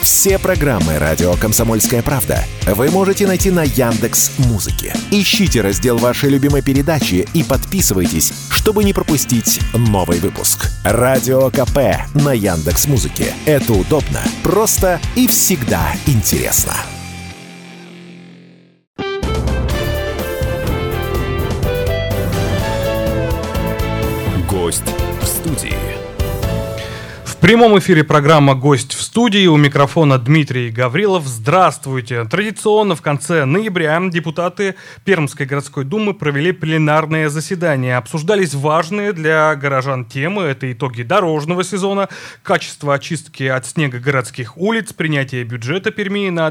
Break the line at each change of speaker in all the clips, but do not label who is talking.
Все программы «Радио Комсомольская правда» вы можете найти на Яндекс.Музыке. Ищите раздел вашей любимой передачи и подписывайтесь, чтобы не пропустить новый выпуск. Радио КП на Яндекс.Музыке. Это удобно, просто и всегда интересно.
Гость в студии.
В прямом эфире программа «Гость в студии». У микрофона Дмитрий Гаврилов. Здравствуйте. Традиционно в конце ноября депутаты Пермской городской думы провели пленарное заседание. Обсуждались важные для горожан темы. Это итоги дорожного сезона, качество очистки от снега городских улиц, принятие бюджета Перми на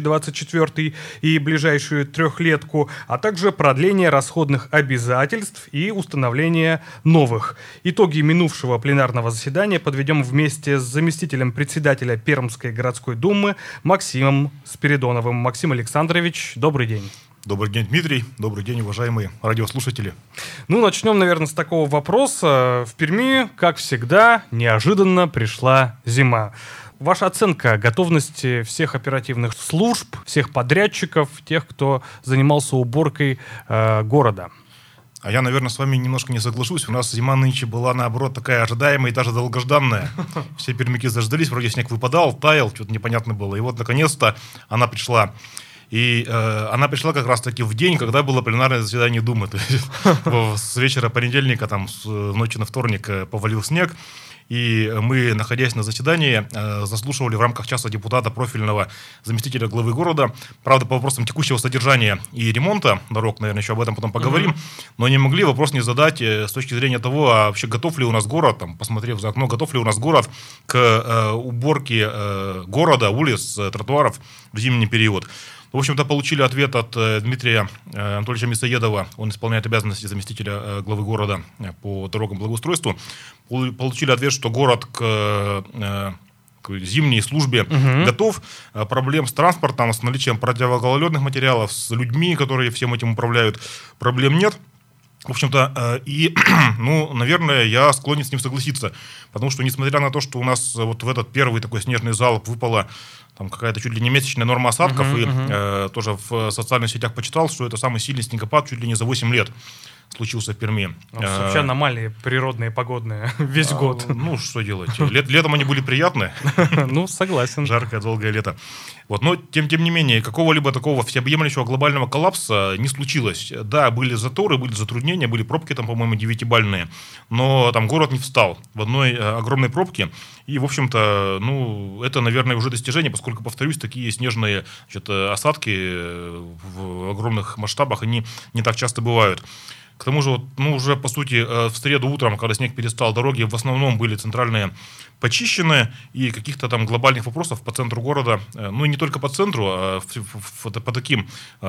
2024 и ближайшую трехлетку, а также продление расходных обязательств и установление новых. Итоги минувшего пленарного заседания подведем вместе с заместителем председателя Пермской городской думы Максимом Спиридоновым. Максим Александрович, добрый день.
Добрый день, Дмитрий. Добрый день, уважаемые радиослушатели.
Начнем, наверное, с такого вопроса. В Перми, как всегда, неожиданно пришла зима. Ваша оценка готовности всех оперативных служб, всех подрядчиков, тех, кто занимался уборкой города?
А я, наверное, с вами немножко не соглашусь. У нас зима нынче была, наоборот, такая ожидаемая и даже долгожданная. Все пермяки заждались, вроде снег выпадал, таял, что-то непонятно было. И вот, наконец-то, она пришла. И она пришла как раз-таки в день, когда было пленарное заседание Думы. То есть, с вечера понедельника, с ночи на вторник повалил снег. И мы, находясь на заседании, заслушивали в рамках часа депутата профильного заместителя главы города, правда, по вопросам текущего содержания и ремонта дорог, наверное, еще об этом потом поговорим, но не могли вопрос не задать с точки зрения того, а вообще готов ли у нас город, посмотрев за окно, готов ли у нас город к уборке города, улиц, тротуаров в зимний период. В общем-то, получили ответ от Дмитрия Анатольевича Мясоедова, он исполняет обязанности заместителя главы города по дорогам и благоустройству. Получили ответ, что город к зимней службе готов. Проблем с транспортом, с наличием противогололедных материалов, с людьми, которые всем этим управляют, проблем нет. В общем-то, и, наверное, я склонен с ним согласиться, потому что, несмотря на то, что у нас вот в этот первый такой снежный залп выпала какая-то чуть ли не месячная норма осадков, тоже в социальных сетях почитал, что это самый сильный снегопад чуть ли не за 8 лет случился в Перми.
Вообще аномалии природные, погодные, весь год.
Что делать? Летом они были приятные.
Согласен.
Жаркое, долгое лето. Но, тем не менее, какого-либо такого всеобъемлющего глобального коллапса не случилось. Да, были заторы, были затруднения, были пробки, по-моему, 9-бальные, но город не встал в одной огромной пробке. И, в общем-то, это, наверное, уже достижение, поскольку, повторюсь, такие снежные осадки в огромных масштабах, они не так часто бывают. К тому же, уже, по сути, в среду утром, когда снег перестал, дороги в основном были центральные почищены, и каких-то глобальных вопросов по центру города, и не только по центру, а по таким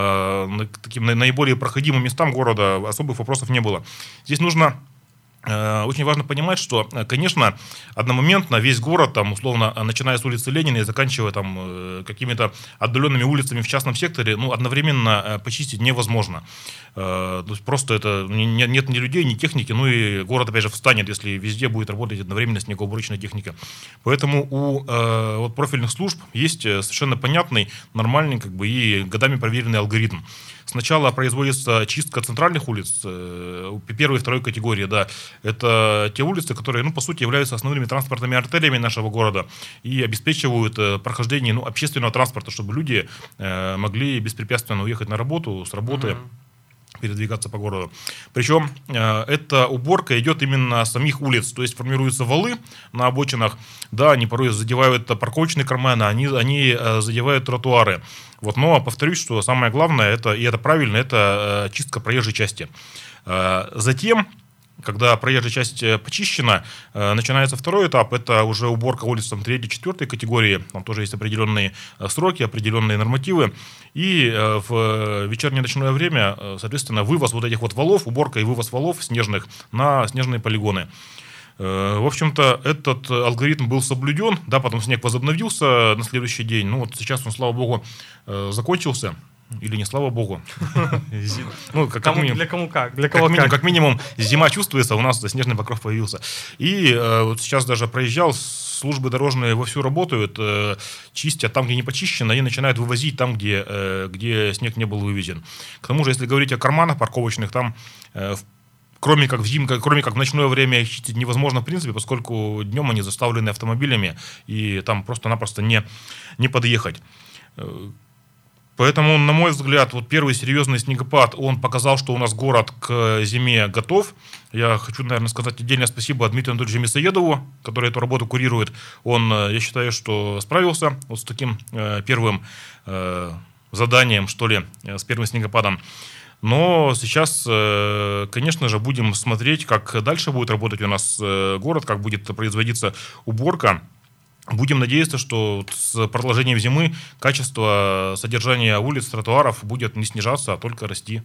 наиболее проходимым местам города особых вопросов не было. Здесь нужно... Очень важно понимать, что, конечно, одномоментно весь город, условно, начиная с улицы Ленина и заканчивая какими-то отдаленными улицами в частном секторе, одновременно почистить невозможно. То есть просто это нет ни людей, ни техники, и город, опять же, встанет, если везде будет работать одновременно снегоуборочная техника. Поэтому у профильных служб есть совершенно понятный, нормальный, и годами проверенный алгоритм. Сначала производится чистка центральных улиц, первой и второй категории, да. Это те улицы, которые, по сути, являются основными транспортными артериями нашего города и обеспечивают прохождение общественного транспорта, чтобы люди могли беспрепятственно уехать на работу, с работы, передвигаться по городу. Причем эта уборка идет именно с самих улиц, то есть формируются валы на обочинах, да, они порой задевают парковочные карманы, они задевают тротуары. Но повторюсь, что самое главное, и это правильно, это чистка проезжей части. Затем, когда проезжая часть почищена, начинается второй этап, это уже уборка улиц 3-4 категории, там тоже есть определенные сроки, определенные нормативы, и в вечернее ночное время, соответственно, вывоз этих валов, уборка и вывоз валов снежных на снежные полигоны. В общем-то, этот алгоритм был соблюден, да, потом снег возобновился на следующий день, сейчас он, слава богу, закончился. Или не слава богу.
Для кого как.
Как минимум, зима чувствуется, у нас снежный покров появился. И вот сейчас даже проезжал, службы дорожные вовсю работают, чистят там, где не почищено, и начинают вывозить там, где снег не был вывезен. К тому же, если говорить о карманах парковочных, там кроме как в ночное время их чистить невозможно в принципе, поскольку днем они заставлены автомобилями, и там просто-напросто не подъехать. Поэтому, на мой взгляд, вот первый серьезный снегопад, он показал, что у нас город к зиме готов. Я хочу, наверное, сказать отдельное спасибо Дмитрию Анатольевичу Мясоедову, который эту работу курирует. Он, я считаю, что справился вот с таким первым заданием, что ли, с первым снегопадом. Но сейчас, конечно же, будем смотреть, как дальше будет работать у нас город, как будет производиться уборка. Будем надеяться, что с продолжением зимы качество содержания улиц, тротуаров будет не снижаться, а только расти.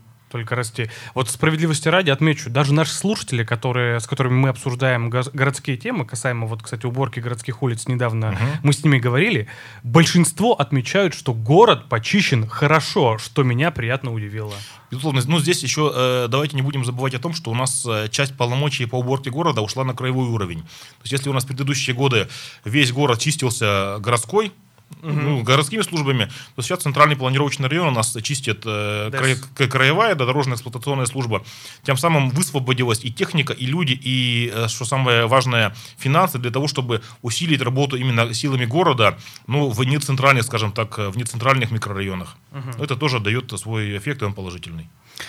Вот справедливости ради отмечу, даже наши слушатели, с которыми мы обсуждаем городские темы, касаемо, вот, кстати, уборки городских улиц, недавно мы с ними говорили, большинство отмечают, что город почищен хорошо, что меня приятно удивило.
Безусловно, здесь еще давайте не будем забывать о том, что у нас часть полномочий по уборке города ушла на краевой уровень. То есть, если у нас в предыдущие годы весь город чистился городской, городскими службами, то сейчас центральный планировочный район у нас чистит краевая дорожная эксплуатационная служба. Тем самым высвободилась и техника, и люди, и, что самое важное, финансы для того, чтобы усилить работу именно силами города, в нецентральных, скажем так, в нецентральных микрорайонах. Это тоже дает свой эффект, и он положительный.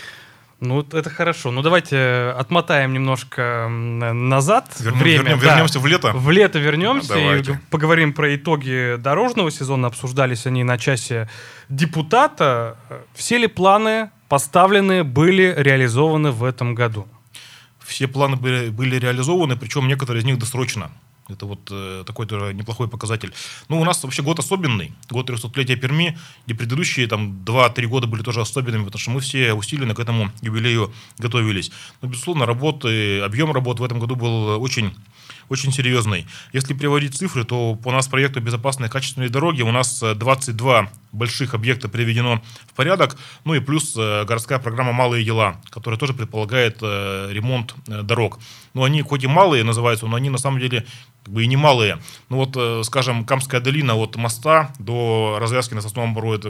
Это хорошо. Давайте отмотаем немножко назад.
Вернемся в лето.
В лето вернемся и поговорим про итоги дорожного сезона. Обсуждались они на часе депутата. Все ли планы поставленные были реализованы в этом году?
Все планы были реализованы, причем некоторые из них досрочно. Это вот такой тоже неплохой показатель. У нас вообще год особенный, год 300-летия Перми, где предыдущие 2-3 года были тоже особенными, потому что мы все усиленно к этому юбилею готовились. Но, безусловно, объем работ в этом году был очень, очень серьезный. Если приводить цифры, то по нас проекту «Безопасные качественные дороги» у нас 22 больших объекта приведено в порядок, и плюс городская программа «Малые дела», которая тоже предполагает ремонт дорог. Они хоть и малые называются, но они на самом деле и не малые. Скажем, Камская долина от моста до развязки на Сосновом Бору, это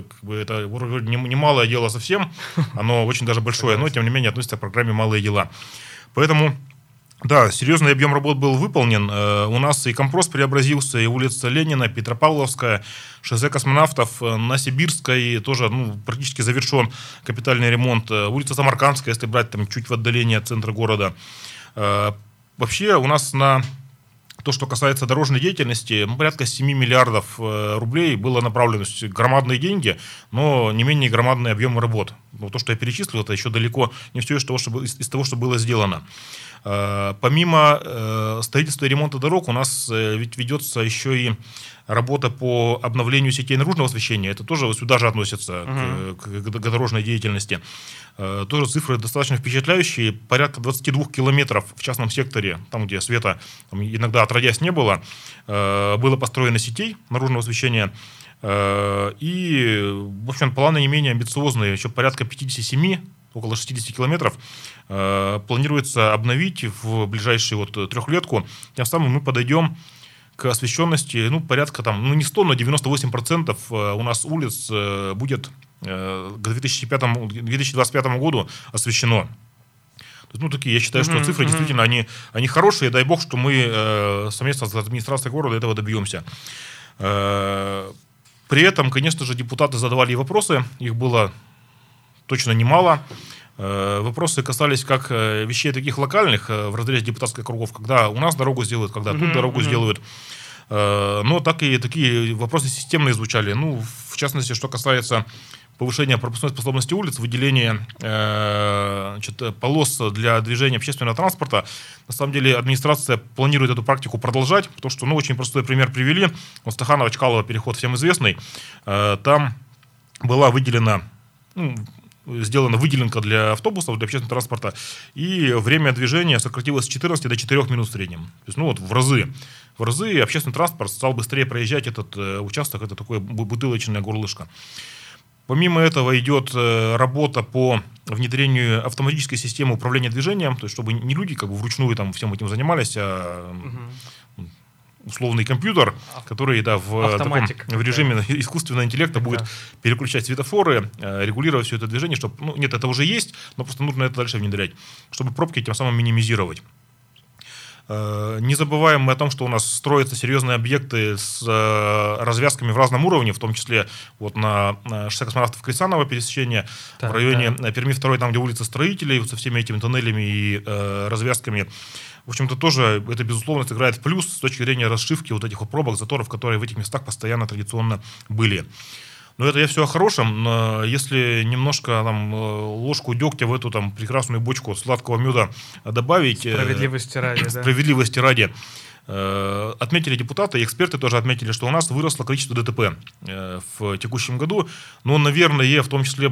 не малое дело совсем, оно очень даже большое, но тем не менее относится к программе «Малые дела». Поэтому, да, серьезный объем работ был выполнен. У нас и Компрос преобразился, и улица Ленина, Петропавловская, шоссе Космонавтов, на Сибирской тоже практически завершен капитальный ремонт. Улица Самаркандская, если брать чуть в отдалении от центра города. Вообще у нас на то, что касается дорожной деятельности, порядка 7 миллиардов рублей было направлено. То есть громадные деньги, но не менее громадные объемы работ. То, что я перечислил, это еще далеко не все из того, что было сделано. Помимо строительства и ремонта дорог, у нас ведь ведется еще и работа по обновлению сетей наружного освещения. Это тоже сюда же относится к дорожной деятельности. Тоже цифры достаточно впечатляющие. Порядка 22 километров в частном секторе, там, где света иногда отродясь не было, было построено сетей наружного освещения. И, в общем, планы не менее амбициозные. Еще порядка 57, около 60 километров планируется обновить в ближайшую трехлетку. Тем самым мы подойдем к освещенности, порядка не 100, но 98% у нас улиц будет к 2025 году освещено. Такие, я считаю, что цифры действительно, они хорошие. Дай бог, что мы совместно с администрацией города этого добьемся. При этом, конечно же, депутаты задавали и вопросы. Их было точно немало. Вопросы касались как вещей таких локальных в разрезе депутатских кругов, когда у нас дорогу сделают, когда тут дорогу сделают. Но так и такие вопросы системные звучали. В частности, что касается повышения пропускной способности улиц, выделения полос для движения общественного транспорта. На самом деле администрация планирует эту практику продолжать, потому что, очень простой пример привели. Стаханово-Чкалово переход всем известный. Там была сделана выделенка для автобусов, для общественного транспорта, и время движения сократилось с 14 до 4 минут в среднем. То есть, в разы. В разы общественный транспорт стал быстрее проезжать этот участок, это такое бутылочное горлышко. Помимо этого идет работа по внедрению автоматической системы управления движением, то есть чтобы не люди как бы вручную там всем этим занимались, а условный компьютер, который в режиме искусственного интеллекта будет переключать светофоры, регулировать все это движение, чтобы, нет, это уже есть, но просто нужно это дальше внедрять, чтобы пробки тем самым минимизировать. Не забываем мы о том, что у нас строятся серьезные объекты с развязками в разном уровне, в том числе вот на шоссе космонавтов Крисанова пересечения, в районе Перми 2, там где улица Строителей, вот со всеми этими тоннелями и развязками. В общем-то, тоже это, безусловно, сыграет в плюс с точки зрения расшивки вот этих вот пробок, заторов, которые в этих местах постоянно традиционно были. Но это я все о хорошем, но если немножко ложку дегтя в эту прекрасную бочку сладкого меда добавить... Справедливости ради. Отметили депутаты, и эксперты тоже отметили, что у нас выросло количество ДТП в текущем году. Но, наверное, в том числе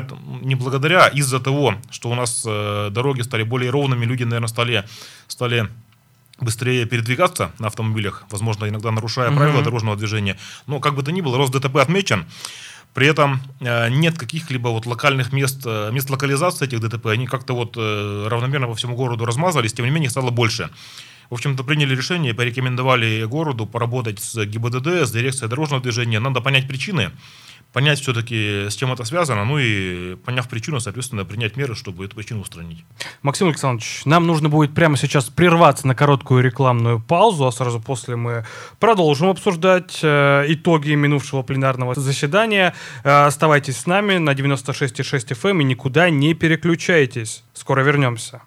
из-за того, что у нас дороги стали более ровными, люди, наверное, стали быстрее передвигаться на автомобилях, возможно, иногда нарушая правила дорожного движения. Но, как бы то ни было, рост ДТП отмечен. При этом нет каких-либо локальных мест локализации этих ДТП. Они как-то равномерно по всему городу размазались, тем не менее их стало больше. В общем-то, приняли решение, порекомендовали городу поработать с ГИБДД, с дирекцией дорожного движения. Надо понять причины, понять все-таки, с чем это связано, и, поняв причину, соответственно, принять меры, чтобы эту причину устранить.
Максим Александрович, нам нужно будет прямо сейчас прерваться на короткую рекламную паузу, а сразу после мы продолжим обсуждать итоги минувшего пленарного заседания. Оставайтесь с нами на 96,6 FM и никуда не переключайтесь. Скоро вернемся.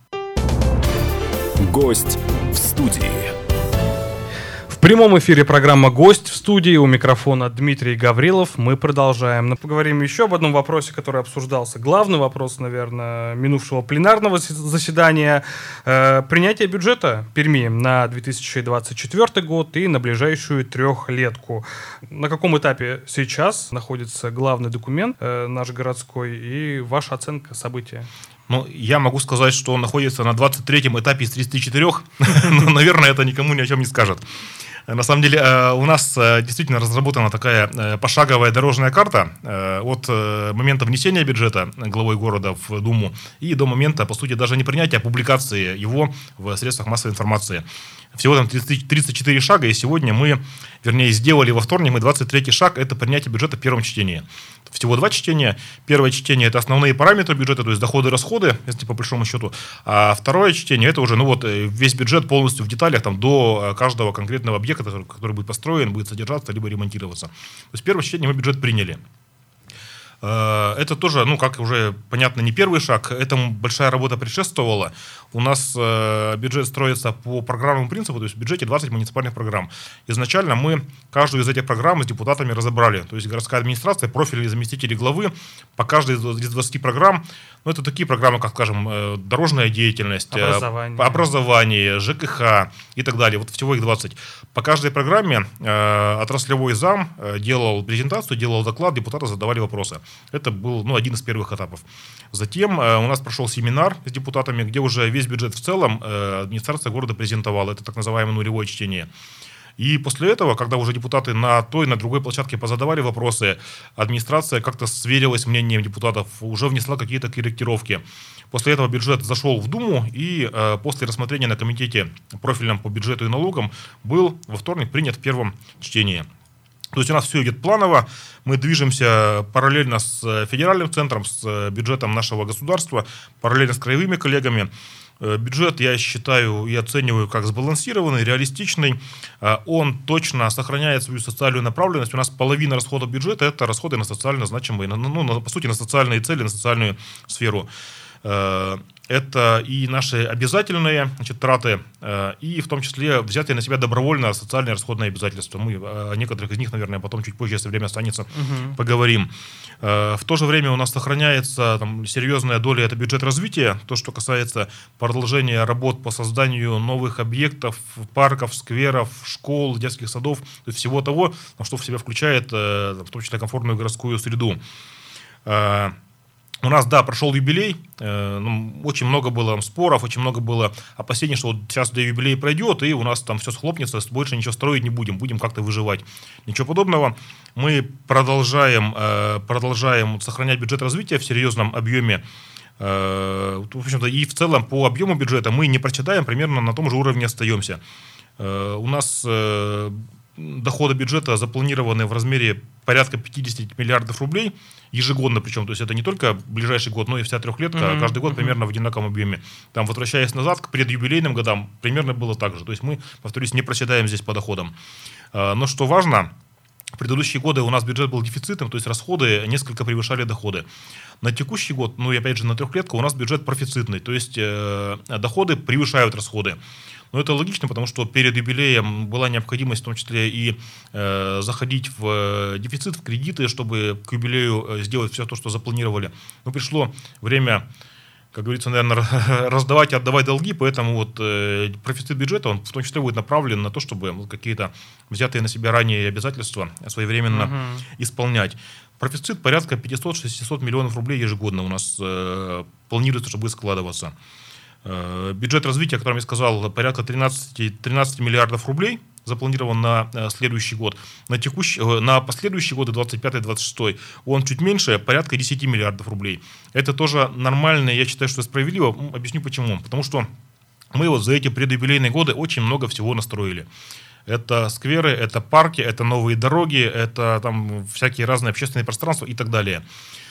Гость в студии.
В прямом эфире программа «Гость» в студии. У микрофона Дмитрий Гаврилов. Мы продолжаем. Поговорим еще об одном вопросе, который обсуждался. Главный вопрос, наверное, минувшего пленарного заседания. Принятие бюджета Перми на 2024 год и на ближайшую трехлетку. На каком этапе сейчас находится главный документ наш городской и ваша оценка события?
Я могу сказать, что он находится на 23-м этапе из 34, но, наверное, это никому ни о чем не скажет. На самом деле, у нас действительно разработана такая пошаговая дорожная карта от момента внесения бюджета главой города в Думу и до момента, по сути, даже не принятия, а публикации его в средствах массовой информации. Всего там 34 шага, и сегодня сделали во вторник 23-й шаг, это принятие бюджета в первом чтении. Всего 2 чтения. Первое чтение – это основные параметры бюджета, то есть доходы и расходы, если по большому счету. А второе чтение – это уже весь бюджет полностью в деталях до каждого конкретного объекта, который будет построен, будет содержаться, либо ремонтироваться. То есть в первом чтении мы бюджет приняли. Это тоже, как уже понятно, не первый шаг. Этому большая работа предшествовала. У нас бюджет строится по программному принципу, то есть в бюджете 20 муниципальных программ. Изначально мы каждую из этих программ с депутатами разобрали. То есть городская администрация, профильные заместители главы по каждой из 20 программ. Это такие программы, как, скажем, дорожная деятельность, образование, ЖКХ и так далее. Всего их 20. По каждой программе отраслевой зам делал презентацию, делал доклад, депутаты задавали вопросы. Это был один из первых этапов. Затем у нас прошел семинар с депутатами, где уже весь бюджет в целом администрация города презентовала. Это так называемое нулевое чтение. И после этого, когда уже депутаты на той, на другой площадке позадавали вопросы, администрация как-то сверилась с мнением депутатов, уже внесла какие-то корректировки. После этого бюджет зашел в Думу, и после рассмотрения на комитете профильном по бюджету и налогам был во вторник принят в первом чтении. То есть у нас все идет планово, мы движемся параллельно с федеральным центром, с бюджетом нашего государства, параллельно с краевыми коллегами. Бюджет я считаю и оцениваю как сбалансированный, реалистичный. Он точно сохраняет свою социальную направленность. У нас половина расходов бюджета – это расходы на социально значимые, по сути, на социальные цели, на социальную сферу. Это и наши обязательные траты, и в том числе взятые на себя добровольно социальные расходные обязательства. Мы о некоторых из них, наверное, потом чуть позже, если время останется, поговорим. В то же время у нас сохраняется серьезная доля, это бюджет развития, то, что касается продолжения работ по созданию новых объектов, парков, скверов, школ, детских садов, то есть всего того, что в себя включает в том числе комфортную городскую среду. У нас, прошел юбилей, очень много было споров, очень много было опасений, что сейчас юбилей пройдет, и у нас там все схлопнется, больше ничего строить не будем как-то выживать. Ничего подобного. Мы продолжаем сохранять бюджет развития в серьезном объеме. В общем-то, и в целом по объему бюджета мы не проседаем, примерно на том же уровне остаемся. У нас доходы бюджета запланированы в размере порядка 50 миллиардов рублей ежегодно, причем, то есть это не только ближайший год, но и вся трехлетка, каждый год примерно в одинаковом объеме. Там, возвращаясь назад, к предюбилейным годам, примерно было так же. То есть мы, повторюсь, не проседаем здесь по доходам. Но что важно, в предыдущие годы у нас бюджет был дефицитным, то есть расходы несколько превышали доходы. На текущий год, ну и опять же на трехлетку, у нас бюджет профицитный, то есть доходы превышают расходы. Но это логично, потому что перед юбилеем была необходимость в том числе и заходить в дефицит, в кредиты, чтобы к юбилею сделать все то, что запланировали. Но пришло время, как говорится, наверное, раздавать и отдавать долги, поэтому вот профицит бюджета, он в том числе будет направлен на то, чтобы какие-то взятые на себя ранее обязательства своевременно исполнять. Профицит порядка 500-600 миллионов рублей ежегодно у нас планируется, что будет складываться. Бюджет развития, о котором я сказал, порядка 13 миллиардов рублей запланирован на следующий год. На последующие годы, 25-26, он чуть меньше, порядка 10 миллиардов рублей. Это тоже нормально, я считаю, что справедливо. Объясню почему. Потому что мы вот за эти предюбилейные годы очень много всего настроили. Это скверы, это парки, это новые дороги, это там всякие разные общественные пространства и так далее.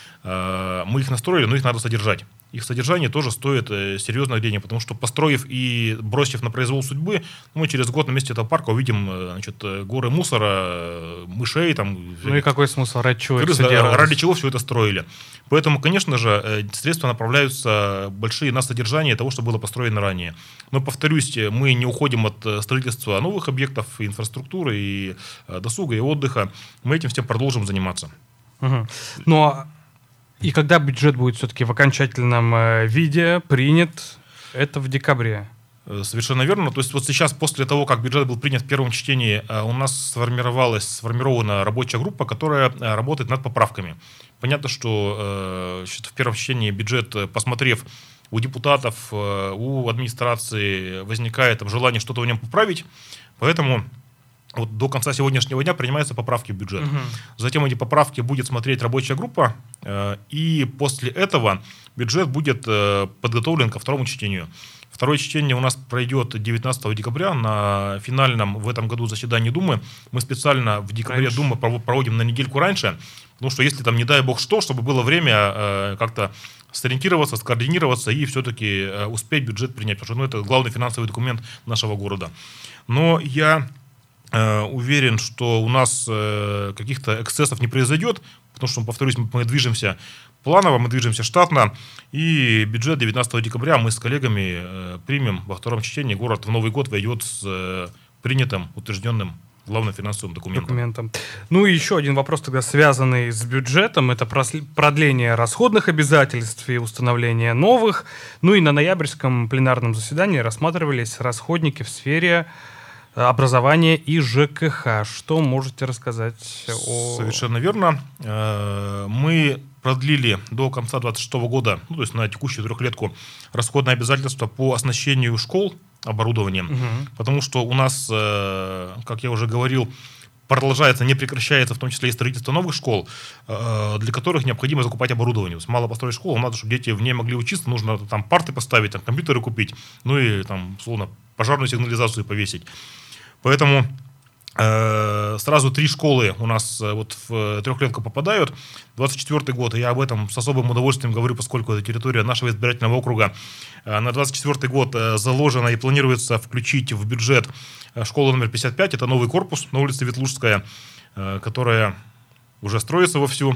Мы их настроили, но их надо содержать. Их содержание тоже стоит серьезных денег, потому что, построив и бросив на произвол судьбы, мы через год на месте этого парка увидим, значит, горы мусора, мышей. Там,
ну и какой смысл? Ради чего
ради чего все это строили? Поэтому, конечно же, средства направляются большие на содержание того, что было построено ранее. Но, повторюсь, мы не уходим от строительства новых объектов, и инфраструктуры, и досуга, и отдыха. Мы этим всем продолжим заниматься.
Но и когда бюджет будет все-таки в окончательном виде принят, это в декабре?
Совершенно верно. То есть вот сейчас, после того, как бюджет был принят в первом чтении, у нас сформирована рабочая группа, которая работает над поправками. Понятно, что в первом чтении бюджет, посмотрев у депутатов, у администрации, возникает желание что-то в нем поправить, поэтому вот до конца сегодняшнего дня принимаются поправки в бюджет. Затем эти поправки будет смотреть рабочая группа, и после этого бюджет будет подготовлен ко второму чтению. Второе чтение у нас пройдет 19 декабря на финальном в этом году заседании Думы. Мы специально в декабре Думу проводим на недельку раньше, потому что если там, не дай бог что, чтобы было время как-то сориентироваться, скоординироваться и все-таки успеть бюджет принять, потому что это главный финансовый документ нашего города. Но я уверен, что у нас каких-то эксцессов не произойдет, потому что, повторюсь, мы движемся планово, мы движемся штатно, и бюджет 19 декабря мы с коллегами примем во втором чтении. Город в Новый год войдет с принятым, утвержденным главным финансовым документом.
Ну и еще один вопрос тогда, связанный с бюджетом, это продление расходных обязательств и установление новых. Ну и на ноябрьском пленарном заседании рассматривались расходники в сфере образования и ЖКХ. Что можете рассказать о...
Совершенно верно. Мы продлили до конца 2026 года, ну, то есть на текущую трехлетку, расходные обязательства по оснащению школ оборудованием, потому что у нас, как я уже говорил, продолжается, не прекращается, в том числе и строительство новых школ, для которых необходимо закупать оборудование. То есть мало построить школу, надо, чтобы дети в ней могли учиться, нужно там парты поставить, там, компьютеры купить, ну и там, условно, пожарную сигнализацию повесить. Поэтому сразу 3 школы у нас вот в трехлетку попадают. 24 год, и я об этом с особым удовольствием говорю, поскольку это территория нашего избирательного округа. На 24 год заложено и планируется включить в бюджет школу номер 55. Это новый корпус на улице Ветлужская, которая уже строится вовсю.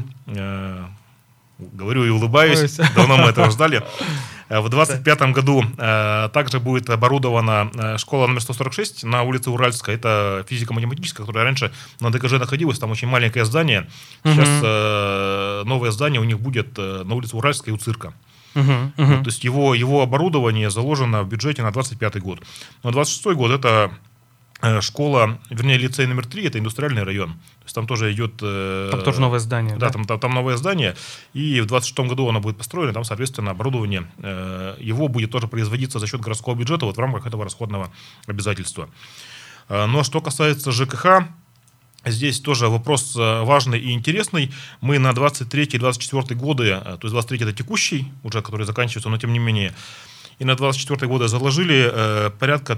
Говорю и улыбаюсь. Давно мы этого ждали. В 2025 году также будет оборудована школа номер 146 на улице Уральская. Это физико-математическая, которая раньше на ДКЖ находилась. Там очень маленькое здание. Сейчас новое здание у них будет на улице Уральская у цирка. То есть его оборудование заложено в бюджете на 2025 год. На 2026 год это школа, вернее, лицей номер 3, это индустриальный район. То есть там тоже идет...
Там тоже новое здание.
Да, там новое здание. И в 2026 году оно будет построено. Там, соответственно, оборудование его будет тоже производиться за счет городского бюджета вот в рамках этого расходного обязательства. Но что касается ЖКХ, Здесь тоже вопрос важный и интересный. Мы на 23-24 годы, то есть 23 это текущий, уже который заканчивается, но тем не менее, и на 24 годы заложили порядка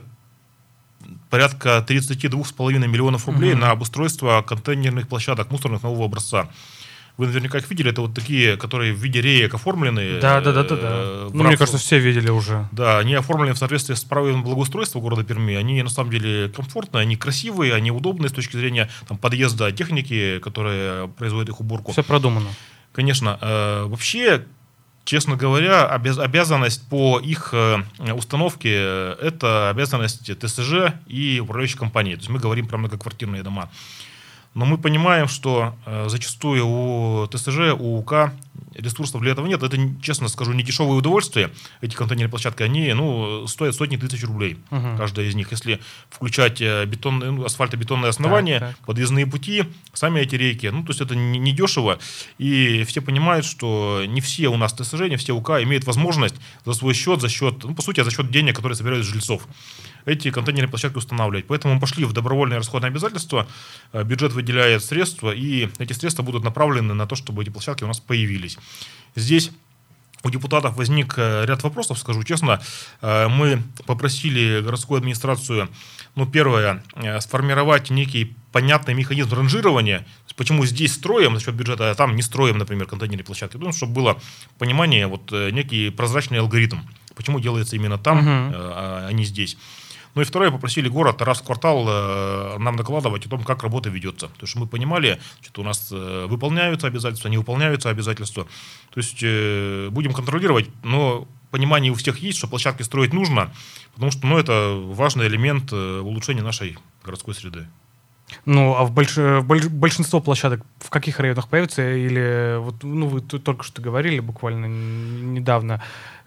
32,5 миллионов рублей на обустройство контейнерных площадок мусорных нового образца. Вы наверняка их видели, это вот такие, которые в виде реек оформлены.
Да. Мне кажется, все видели уже.
Да, они оформлены в соответствии с правилами благоустройства города Перми. Они на самом деле комфортные, они красивые, они удобные с точки зрения подъезда техники, которая производит их уборку.
Все продумано.
Конечно. Вообще, честно говоря, обязанность по их установке – это обязанность ТСЖ и управляющей компании. То есть мы говорим про многоквартирные дома. Но мы понимаем, что зачастую у ТСЖ, у УК ресурсов для этого нет. Это, честно скажу, не дешевое удовольствие. Эти контейнерные площадки, они стоят сотни тысяч рублей, каждая из них. Если включать асфальтобетонное основание, подъездные пути, сами эти рейки, то есть это не дешево. И все понимают, что не все у нас ТСЖ, не все УК имеют возможность за свой счет, за счет денег, которые собирают с жильцов, эти контейнерные площадки устанавливать. Поэтому мы пошли в добровольное расходное обязательство, бюджет выделяет средства, и эти средства будут направлены на то, чтобы эти площадки у нас появились. Здесь у депутатов возник ряд вопросов, скажу честно. Мы попросили городскую администрацию, первое, сформировать некий понятный механизм ранжирования, почему здесь строим за счет бюджета, а там не строим, например, контейнерные площадки, чтобы было понимание, некий прозрачный алгоритм, почему делается именно там, а не здесь. Ну и второе, попросили город раз в квартал нам докладывать о том, как работа ведется. То есть мы понимали, что у нас выполняются обязательства, не выполняются обязательства. То есть будем контролировать, но понимание у всех есть, что площадки строить нужно, потому что это важный элемент улучшения нашей городской среды.
А большинство площадок в каких районах появится? Или вы только что говорили буквально недавно.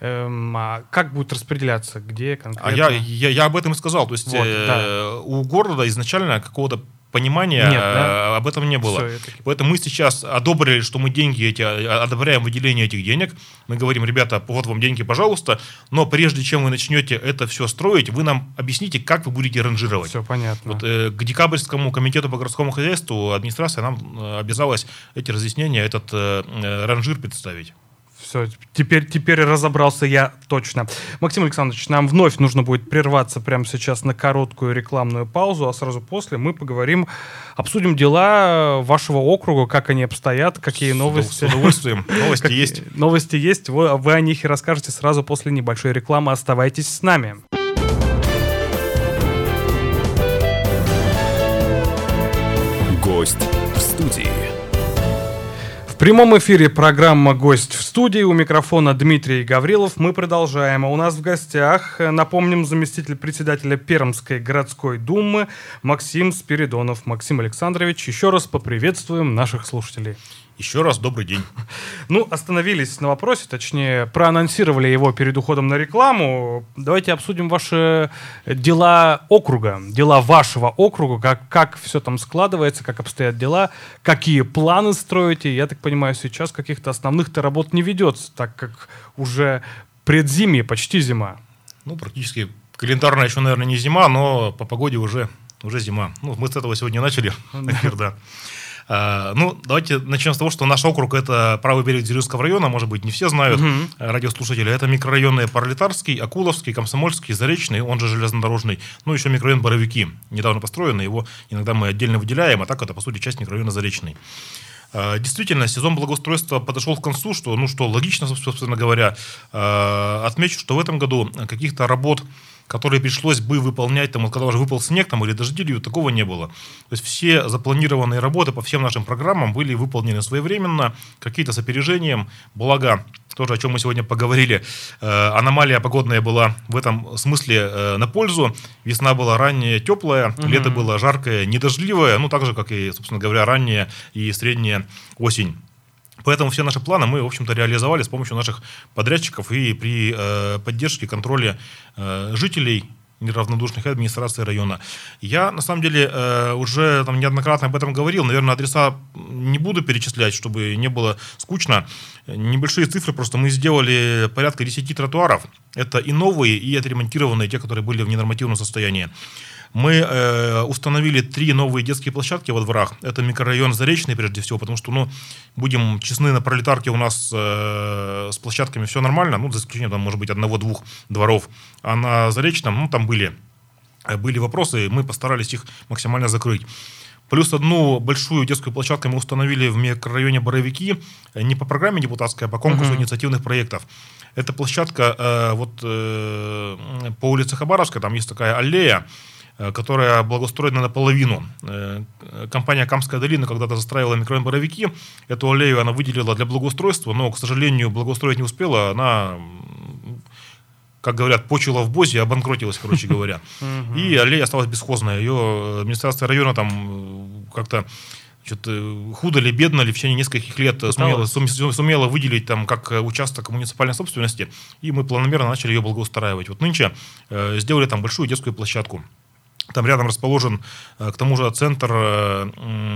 Как будет распределяться? Где конкретно?
Я об этом и сказал. То есть у города изначально какого-то понимания об этом не было. Поэтому мы сейчас одобрили, что мы деньги одобряем выделение этих денег. Мы говорим, ребята, вот вам деньги, пожалуйста, но прежде чем вы начнете это все строить, вы нам объясните, как вы будете ранжировать.
Все понятно.
К декабрьскому комитету по городскому хозяйству администрация нам обязалась эти разъяснения, этот ранжир представить.
Все, теперь разобрался я точно. Максим Александрович, нам вновь нужно будет прерваться прямо сейчас на короткую рекламную паузу, а сразу после мы обсудим дела вашего округа, как они обстоят, какие новости.
С удовольствием. Новости есть.
Новости есть, вы о них и расскажете сразу после небольшой рекламы. Оставайтесь с нами.
Гость в студии.
В прямом эфире программа «Гость в студии». У микрофона Дмитрий Гаврилов. Мы продолжаем. А у нас в гостях, напомним, заместитель председателя Пермской городской думы Максим Спиридонов. Максим Александрович, еще раз поприветствуем наших слушателей.
Еще раз добрый день.
Остановились на вопросе, точнее, проанонсировали его перед уходом на рекламу. Давайте обсудим ваши дела округа, дела вашего округа, как все там складывается, как обстоят дела, какие планы строите. Я так понимаю, сейчас каких-то основных-то работ не ведется, так как уже предзимье, почти зима.
Практически календарно еще, наверное, не зима, но по погоде уже зима. Мы с этого сегодня начали, да. Давайте начнем с того, что наш округ – это правый берег Дзержинского района, может быть, не все знают, радиослушатели. Это микрорайоны Пролетарский, Акуловский, Комсомольский, Заречный, он же железнодорожный, еще микрорайон Боровики, недавно построенный, его иногда мы отдельно выделяем, а так это, по сути, часть микрорайона Заречный. Действительно, сезон благоустройства подошел к концу, что логично, собственно говоря. Отмечу, что в этом году каких-то работ, которые пришлось бы выполнять, когда уже выпал снег или дождь, такого не было. То есть все запланированные работы по всем нашим программам были выполнены своевременно, какие-то с опережением. Благо, тоже о чем мы сегодня поговорили, аномалия погодная была в этом смысле на пользу. Весна была ранняя, теплая, лето было жаркое, недождливое, так же, как и, собственно говоря, ранняя и средняя осень. Поэтому все наши планы мы, в общем-то, реализовали с помощью наших подрядчиков и при поддержке, контроле жителей неравнодушных и администрации района. Я, на самом деле, уже неоднократно об этом говорил. Наверное, адреса не буду перечислять, чтобы не было скучно. Небольшие цифры, просто мы сделали порядка 10 тротуаров. Это и новые, и отремонтированные, те, которые были в ненормативном состоянии. Мы установили 3 новые детские площадки во дворах. Это микрорайон Заречный, прежде всего, потому что, будем честны, на Пролетарке у нас с площадками все нормально, за исключением, там, может быть, 1-2 дворов. А на Заречном, там были вопросы, мы постарались их максимально закрыть. Плюс одну большую детскую площадку мы установили в микрорайоне Боровики, не по программе депутатской, а по конкурсу инициативных проектов. Эта площадка по улице Хабаровской, там есть такая аллея, которая благоустроена наполовину. Компания «Камская долина» когда-то застраивала микрорайон Боровики. Эту аллею она выделила для благоустройства, но, к сожалению, благоустроить не успела. Она, как говорят, почила в бозе, обанкротилась, короче говоря. И аллея осталась бесхозная. Ее администрация района там как-то худо ли, бедно ли, в течение нескольких лет сумела выделить там как участок муниципальной собственности. И мы планомерно начали ее благоустраивать. Вот нынче сделали там большую детскую площадку. Там рядом расположен, к тому же, центр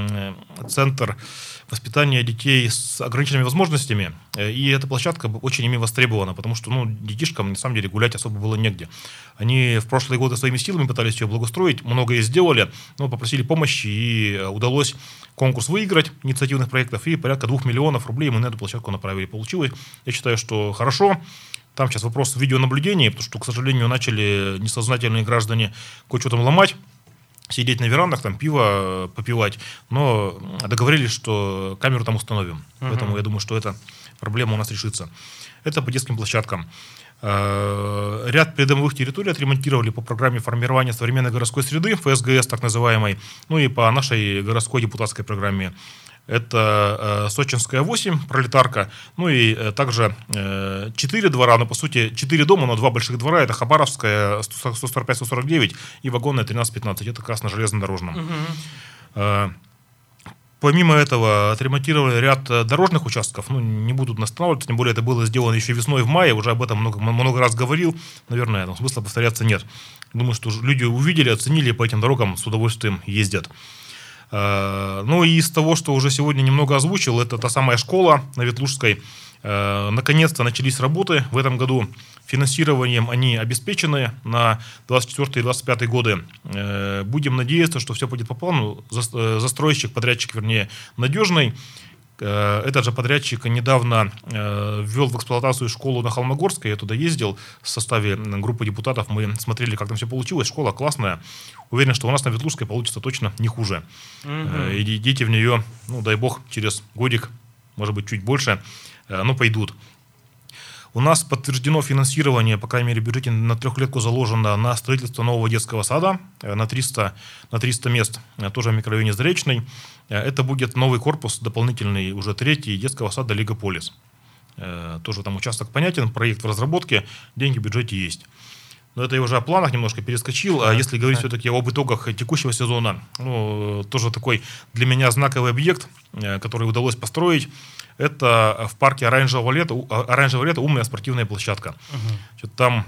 воспитания детей с ограниченными возможностями. И эта площадка очень ими востребована, потому что детишкам, на самом деле, гулять особо было негде. Они в прошлые годы своими силами пытались ее благоустроить, многое сделали, но попросили помощи, и удалось конкурс выиграть инициативных проектов, и порядка 2 миллионов рублей мы на эту площадку направили. Получилось, я считаю, что хорошо. Там сейчас вопрос видеонаблюдения, потому что, к сожалению, начали несознательные граждане кое-что там ломать, сидеть на верандах, там пиво попивать, но договорились, что камеру там установим. Поэтому я думаю, что эта проблема у нас решится. Это по детским площадкам. Ряд придомовых территорий отремонтировали по программе формирования современной городской среды, ФСГС так называемой, и по нашей городской депутатской программе. Это Сочинская 8, Пролетарка, и также 4 двора, но по сути 4 дома, но 2 больших двора, это Хабаровская 145-149 и Вагонная 13-15, это как раз на железнодорожном. Помимо этого отремонтировали ряд дорожных участков, не буду останавливаться, тем более это было сделано еще весной в мае, уже об этом много раз говорил, наверное, смысла повторяться нет. Думаю, что люди увидели, оценили, и по этим дорогам с удовольствием ездят. И из того, что уже сегодня немного озвучил, это та самая школа на Ветлужской. Наконец-то начались работы в этом году. Финансированием они обеспечены на 24-25 годы. Будем надеяться, что все пойдет по плану. Застройщик, подрядчик, вернее, надежный. Этот же подрядчик недавно ввел в эксплуатацию школу на Холмогорской. Я туда ездил в составе группы депутатов. Мы смотрели, как там все получилось. Школа классная. Уверен, что у нас на Ветлужской получится точно не хуже. И дети в нее, дай бог, через годик, может быть, чуть больше, пойдут. У нас подтверждено финансирование, по крайней мере, в бюджете на 3-летку заложено на строительство нового детского сада на 300 мест, тоже в микрорайоне Заречный. Это будет новый корпус, дополнительный, уже 3-й детского сада Лигополис. Тоже там участок понятен, проект в разработке, деньги в бюджете есть. Но это я уже о планах немножко перескочил. А если говорить все-таки об итогах текущего сезона, тоже такой для меня знаковый объект, который удалось построить, это в парке Оранжевого лета умная спортивная площадка. Там,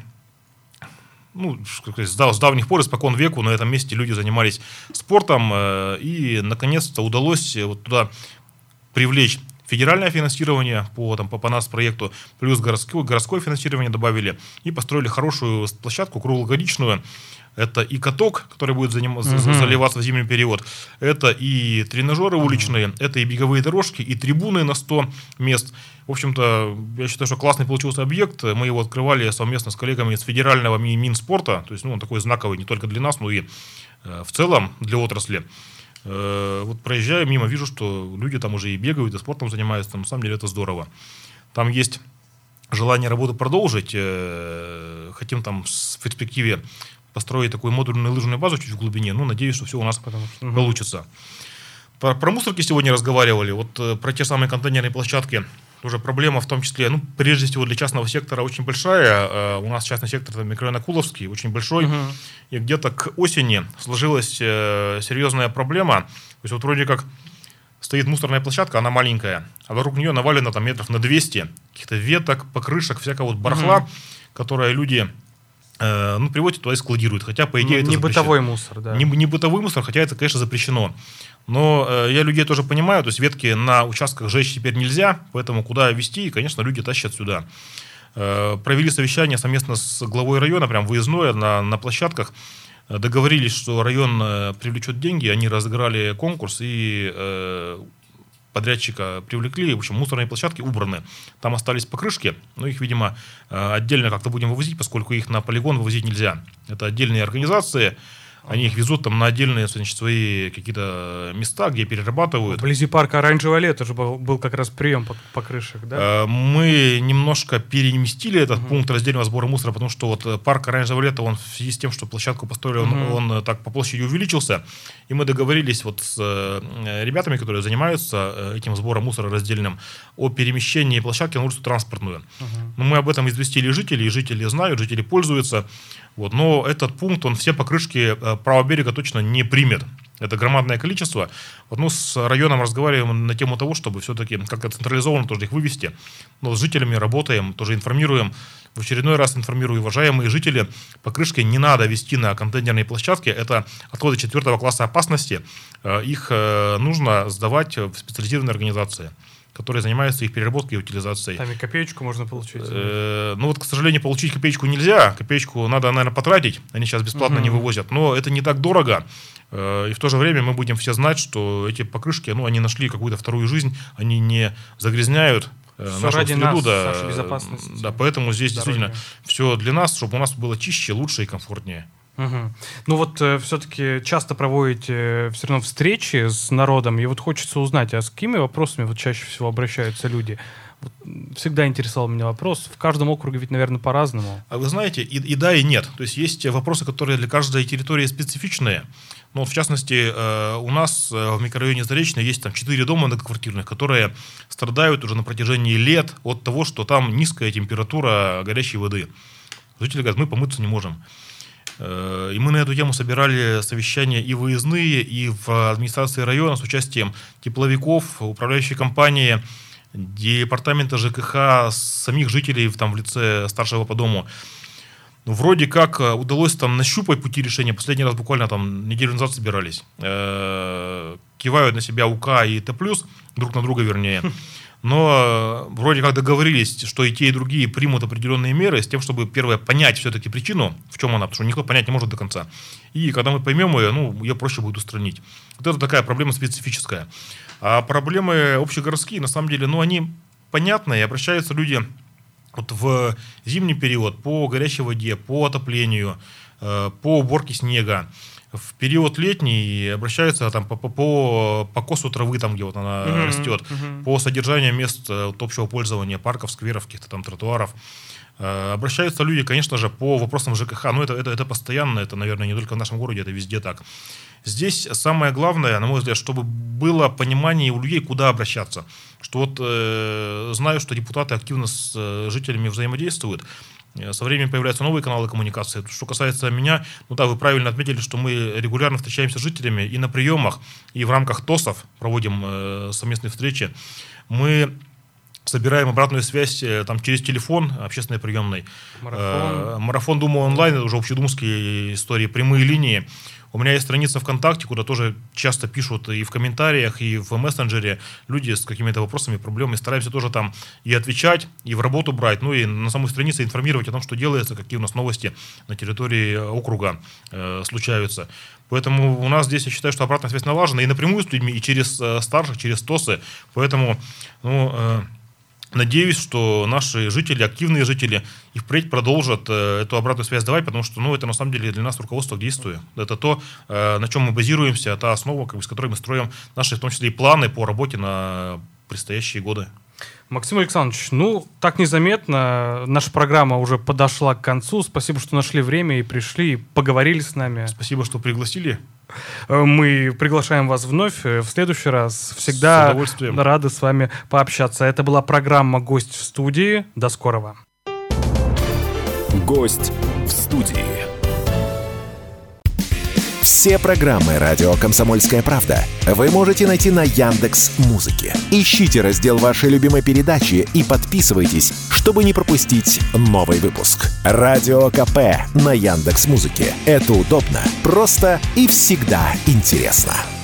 с давних пор, испокон веку, на этом месте люди занимались спортом, и наконец-то удалось туда привлечь федеральное финансирование по нас проекту, плюс городское финансирование добавили, и построили хорошую площадку, круглогодичную. Это и каток, который будет заливаться в зимний период, это и тренажеры уличные, это и беговые дорожки, и трибуны на 100 мест. В общем-то, я считаю, что классный получился объект. Мы его открывали совместно с коллегами из федерального Минспорта, то есть он такой знаковый не только для нас, но и в целом для отрасли. Проезжаю мимо, вижу, что люди там уже и бегают, и спортом занимаются. На самом деле это здорово. Там есть желание работу продолжить. Хотим там в перспективе построить такую модульную лыжную базу чуть в глубине. Надеюсь, что все у нас получится. Про мусорки сегодня разговаривали. Про те самые контейнерные площадки. Тоже проблема в том числе, прежде всего для частного сектора очень большая. У нас частный сектор, это микрорайон Акуловский, очень большой. И где-то к осени сложилась серьезная проблема. То есть вроде как стоит мусорная площадка, она маленькая, а вокруг нее навалено метров на 200 каких-то веток, покрышек, всякого барахла, которое люди приводят туда и складируют. Хотя, по идее, это
не бытовой мусор, да.
Не бытовой мусор, хотя это, конечно, запрещено. Но я людей тоже понимаю, то есть ветки на участках жечь теперь нельзя, поэтому куда везти, и, конечно, люди тащат сюда. Провели совещание совместно с главой района, прям выездное на площадках. договорились, что район привлечет деньги, они разыграли конкурс и подрядчика привлекли, в общем, мусорные площадки убраны. Там остались покрышки, но их, видимо, отдельно как-то будем вывозить, поскольку их на полигон вывозить нельзя. Это отдельные организации, они их везут там на отдельные, значит, свои какие-то места, где перерабатывают.
Вблизи парка Оранжевое лето же был как раз прием покрышек, да?
Мы немножко переместили этот пункт раздельного сбора мусора, потому что вот парк Оранжевое лето, он в связи с тем, что площадку построили, он так по площади увеличился, и мы договорились вот с ребятами, которые занимаются этим сбором мусора раздельным, о перемещении площадки на улицу Транспортную. Но мы об этом известили жителей, и жители знают, жители пользуются. Вот, но этот пункт, он все покрышки правого берега точно не примет. Это громадное количество. Вот, ну, с районом разговариваем на тему того, чтобы все-таки как-то централизованно тоже их вывести. Но с жителями работаем, тоже информируем. В очередной раз информирую, уважаемые жители, покрышки не надо везти на контейнерные площадки. Это отходы 4 класса опасности. Их нужно сдавать в специализированные организации, которые занимаются их переработкой и утилизацией.
Там и копеечку можно получить.
Ну вот, к сожалению, получить копеечку нельзя. Копеечку надо, наверное, потратить. Они сейчас бесплатно не вывозят. Но это не так дорого. И в то же время мы будем все знать, что эти покрышки, ну, они нашли какую-то вторую жизнь. Они не загрязняют нашу среду.
Нас, нашу безопасность.
Да, поэтому здесь действительно все для нас, чтобы у нас было чище, лучше и комфортнее.
Ну вот все-таки часто проводите все равно встречи с народом, и вот хочется узнать, а с какими вопросами вот чаще всего обращаются люди? Вот всегда интересовал меня вопрос. В каждом округе ведь, наверное, по-разному.
А вы знаете, и да, и нет. То есть есть вопросы, которые для каждой территории специфичные. Но, в частности, у нас в микрорайоне Заречный есть там 4 дома многоквартирных, которые страдают уже на протяжении лет от того, что там низкая температура горячей воды. Жители говорят, мы помыться не можем. И мы на эту тему собирали совещания и выездные, и в администрации района с участием тепловиков, управляющей компании, департамента ЖКХ, самих жителей там, в лице старшего по дому. Ну, вроде как удалось там нащупать пути решения. Последний раз буквально там неделю назад собирались. Кивают на себя УК и Т+, друг на друга вернее. Но вроде как договорились, что и те, и другие примут определенные меры с тем, чтобы, первое, понять все-таки причину, в чем она, потому что никто понять не может до конца. И когда мы поймем ее, ну, ее проще будет устранить. Вот это такая проблема специфическая. А проблемы общегородские, на самом деле, ну, они понятны, и обращаются люди вот в зимний период по горячей воде, по отоплению, по уборке снега. В период летний обращаются там, по косу травы, там, где вот она растет, по содержанию мест общего пользования, парков, скверов, каких-то там тротуаров. Обращаются люди, конечно же, по вопросам ЖКХ. Но это постоянно, это, наверное, не только в нашем городе, это везде так. Здесь самое главное, на мой взгляд, чтобы было понимание у людей, куда обращаться. Что вот знаю, что депутаты активно с жителями взаимодействуют. Со временем появляются новые каналы коммуникации. Что касается меня, ну да, вы правильно отметили, что мы регулярно встречаемся с жителями и на приемах, и в рамках ТОСов проводим совместные встречи. Мы собираем обратную связь там, через телефон общественной приемной. Марафон Дума онлайн, это уже общедумские истории, прямые линии. У меня есть страница ВКонтакте, куда тоже часто пишут и в комментариях, и в мессенджере люди с какими-то вопросами, проблемами. Стараемся тоже там и отвечать, и в работу брать, ну и на самой странице информировать о том, что делается, какие у нас новости на территории округа случаются. Поэтому у нас здесь, я считаю, что обратная связь налажена и напрямую с людьми, и через старших, через ТОСы. Поэтому, надеюсь, что наши жители, активные жители, и впредь продолжат эту обратную связь давать, потому что это на самом деле для нас руководство к действию. Это то, на чем мы базируемся, та основа, с которой мы строим наши, в том числе и планы по работе на предстоящие годы.
Максим Александрович, так незаметно наша программа уже подошла к концу. Спасибо, что нашли время и пришли, и поговорили с нами.
Спасибо, что пригласили.
Мы приглашаем вас вновь в следующий раз. Всегда рады с вами пообщаться. Это была программа «Гость в студии». До скорого.
Гость в студии. Все программы «Радио Комсомольская правда» вы можете найти на Яндекс.Музыке. Ищите раздел вашей любимой передачи и подписывайтесь, чтобы не пропустить новый выпуск. Радио КП на Яндекс.Музыке. Это удобно, просто и всегда интересно.